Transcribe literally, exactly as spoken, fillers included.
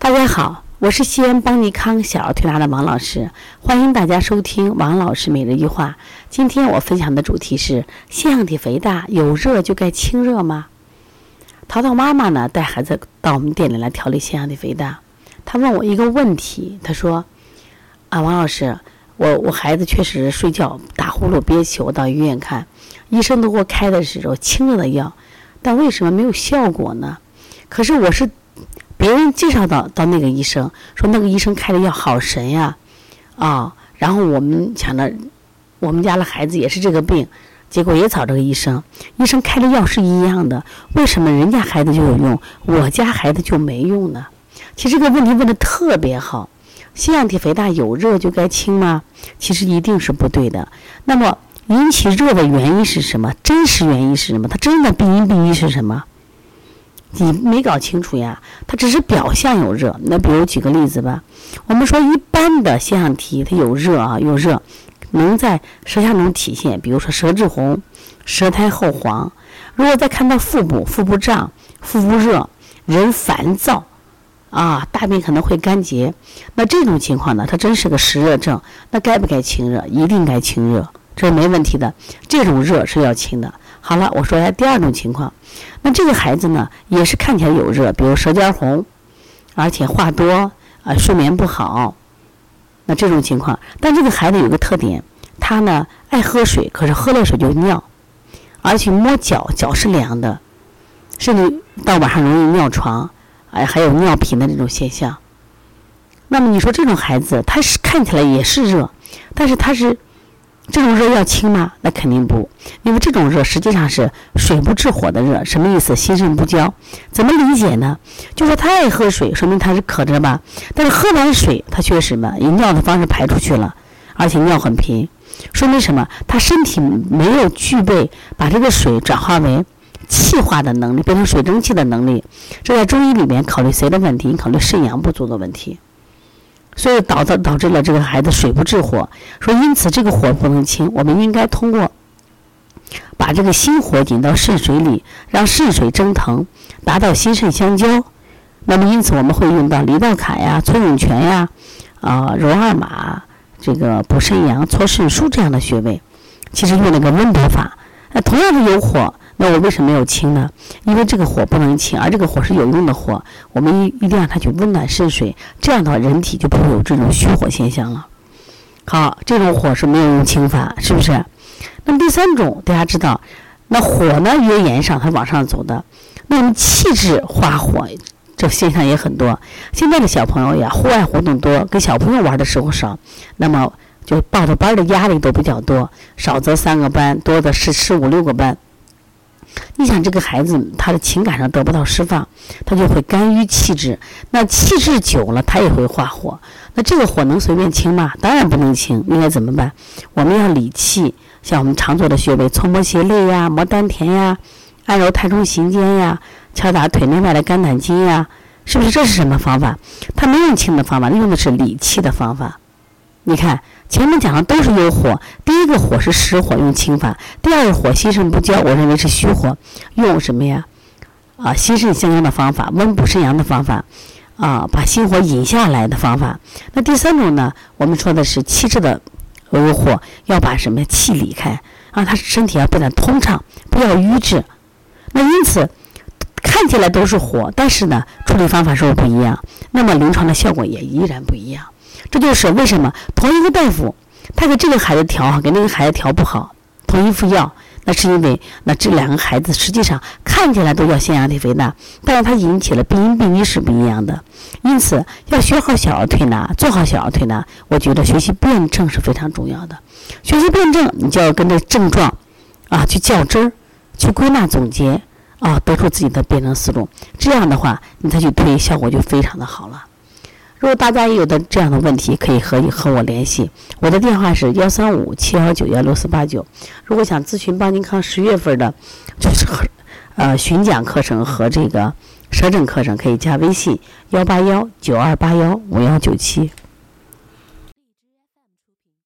大家好，我是西安邦尼康小儿推拿的王老师，欢迎大家收听王老师每日一句话。今天我分享的主题是腺样体肥大有热就该清热吗？淘淘妈妈呢带孩子到我们店里来调理腺样体肥大，她问我一个问题，她说啊，王老师，我我孩子确实睡觉打呼噜憋气，我到医院看，医生都给我开的是清热的药，但为什么没有效果呢？可是我是别人介绍到到那个医生，说那个医生开的药好神呀，啊，然后我们想着我们家的孩子也是这个病，结果也找这个医生，医生开的药是一样的，为什么人家孩子就有用，我家孩子就没用呢？其实这个问题问得特别好，腺样体肥大有热就该清吗？其实一定是不对的。那么引起热的原因是什么？真实原因是什么？它真的病因病因是什么？你没搞清楚呀，它只是表象有热。那比如举个例子吧，我们说一般的腺样体它有热啊，有热能在舌下中体现，比如说舌质红、舌苔厚黄。如果再看到腹部，腹部胀、腹部热、人烦躁啊，大便可能会干结，那这种情况呢，它真是个实热症，那该不该清热？一定该清热，这是没问题的，这种热是要清的。好了，我说一下第二种情况，那这个孩子呢也是看起来有热，比如舌尖红，而且话多啊、呃，睡眠不好，那这种情况，但这个孩子有个特点，他呢爱喝水，可是喝了水就尿，而且摸脚脚是凉的，甚至到晚上容易尿床，哎，还有尿频的这种现象。那么你说这种孩子他是看起来也是热，但是他是这种热要清吗？那肯定不，因为这种热实际上是水不制火的热。什么意思？心肾不交。怎么理解呢？就说他爱喝水，说明他是渴着吧，但是喝完水他却什么？以尿的方式排出去了，而且尿很频，说明什么？他身体没有具备把这个水转化为气化的能力，变成水蒸气的能力。这在中医里面考虑谁的问题？你考虑肾阳不足的问题。所以导致导致了这个孩子水不制火，说因此这个火不能清，我们应该通过把这个心火引到肾水里，让肾水蒸腾，达到心肾相交。那么因此我们会用到离道坎呀、搓涌泉呀、啊揉二马、这个补肾阳、搓肾腧这样的穴位，其实用那个温补法。那同样是有火，那我为什么要清呢？因为这个火不能清，而这个火是有用的火，我们一一定让它去温暖肾水，这样的话人体就不会有这种虚火现象了。好，这种火是没有用清法，是不是？那么第三种，大家知道，那火呢约炎上它往上走的，那我们气滞化火，这现象也很多。现在的小朋友呀，户外活动多，跟小朋友玩的时候少，那么就报的班的压力都比较多，少则三个班，多的是十五六个班。你想这个孩子他的情感上得不到释放，他就会肝郁气滞，那气滞久了他也会化火，那这个火能随便清吗？当然不能清，应该怎么办？我们要理气，像我们常做的穴位搓摩胁肋呀、摩丹田呀、按揉太冲行间呀、敲打腿内外的肝胆经呀，是不是？这是什么方法？他没用清的方法，用的是理气的方法。你看前面讲的都是有火，第一个火是实火用清法，第二个火心肾不交，我认为是虚火，用什么呀？啊，心肾相交的方法，温补肾阳的方法，啊，把心火引下来的方法。那第三种呢，我们说的是气滞的有火，要把什么气理开，让他身体要变得通畅，不要瘀滞。那因此看起来都是火，但是呢处理方法是不一样，那么临床的效果也依然不一样。这就是为什么同一个大夫他给这个孩子调好，给那个孩子调不好，同一副药，那是因为那这两个孩子实际上看起来都叫腺样体肥大，但是它引起了病因病因是不一样的。因此要学好小儿推拿，做好小儿推拿，我觉得学习辩证是非常重要的。学习辩证，你就要跟着症状啊去较真儿，去归纳总结啊，得出自己的辩证思路，这样的话你再去推，效果就非常的好了。如果大家也有的这样的问题，可以和和我联系，我的电话是幺三五七幺九幺六四八九。如果想咨询邦尼康十月份的，就是呃巡讲课程和这个舌诊课程，可以加微信幺八幺九二八幺五幺九七。